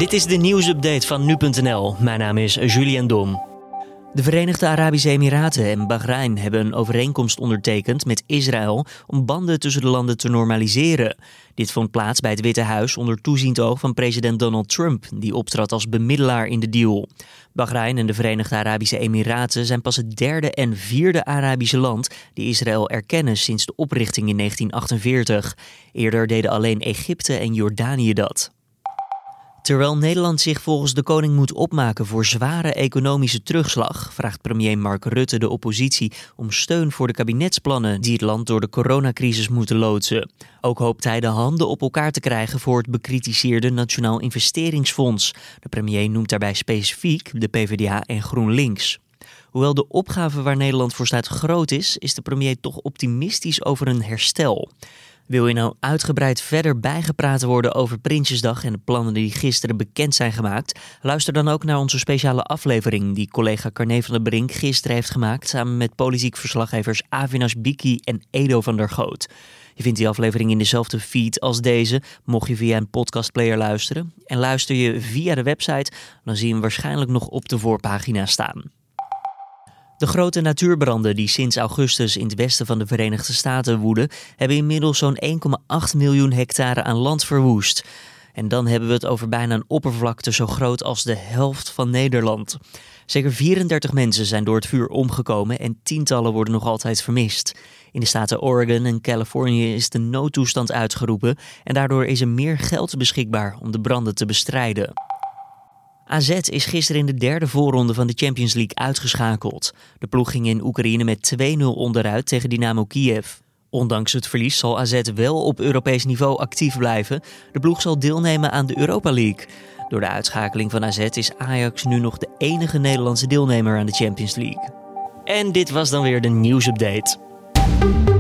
Dit is de nieuwsupdate van nu.nl. Mijn naam is Julian Dom. De Verenigde Arabische Emiraten en Bahrein hebben een overeenkomst ondertekend met Israël om banden tussen de landen te normaliseren. Dit vond plaats bij het Witte Huis onder toeziend oog van president Donald Trump, die optrad als bemiddelaar in de deal. Bahrein en de Verenigde Arabische Emiraten zijn pas het derde en vierde Arabische land die Israël erkennen sinds de oprichting in 1948. Eerder deden alleen Egypte en Jordanië dat. Terwijl Nederland zich volgens de koning moet opmaken voor zware economische terugslag, vraagt premier Mark Rutte de oppositie om steun voor de kabinetsplannen die het land door de coronacrisis moeten loodsen. Ook hoopt hij de handen op elkaar te krijgen voor het bekritiseerde Nationaal Investeringsfonds. De premier noemt daarbij specifiek de PvdA en GroenLinks. Hoewel de opgave waar Nederland voor staat groot is, is de premier toch optimistisch over een herstel. Wil je nou uitgebreid verder bijgepraat worden over Prinsjesdag en de plannen die gisteren bekend zijn gemaakt? Luister dan ook naar onze speciale aflevering die collega Carne van der Brink gisteren heeft gemaakt samen met politiek verslaggevers Avinash Biki en Edo van der Goot. Je vindt die aflevering in dezelfde feed als deze, mocht je via een podcastplayer luisteren. En luister je via de website, dan zie je hem waarschijnlijk nog op de voorpagina staan. De grote natuurbranden die sinds augustus in het westen van de Verenigde Staten woeden, hebben inmiddels zo'n 1,8 miljoen hectare aan land verwoest. En dan hebben we het over bijna een oppervlakte zo groot als de helft van Nederland. Zeker 34 mensen zijn door het vuur omgekomen en tientallen worden nog altijd vermist. In de staten Oregon en Californië is de noodtoestand uitgeroepen en daardoor is er meer geld beschikbaar om de branden te bestrijden. AZ is gisteren in de derde voorronde van de Champions League uitgeschakeld. De ploeg ging in Oekraïne met 2-0 onderuit tegen Dynamo Kiev. Ondanks het verlies zal AZ wel op Europees niveau actief blijven. De ploeg zal deelnemen aan de Europa League. Door de uitschakeling van AZ is Ajax nu nog de enige Nederlandse deelnemer aan de Champions League. En dit was dan weer de nieuwsupdate.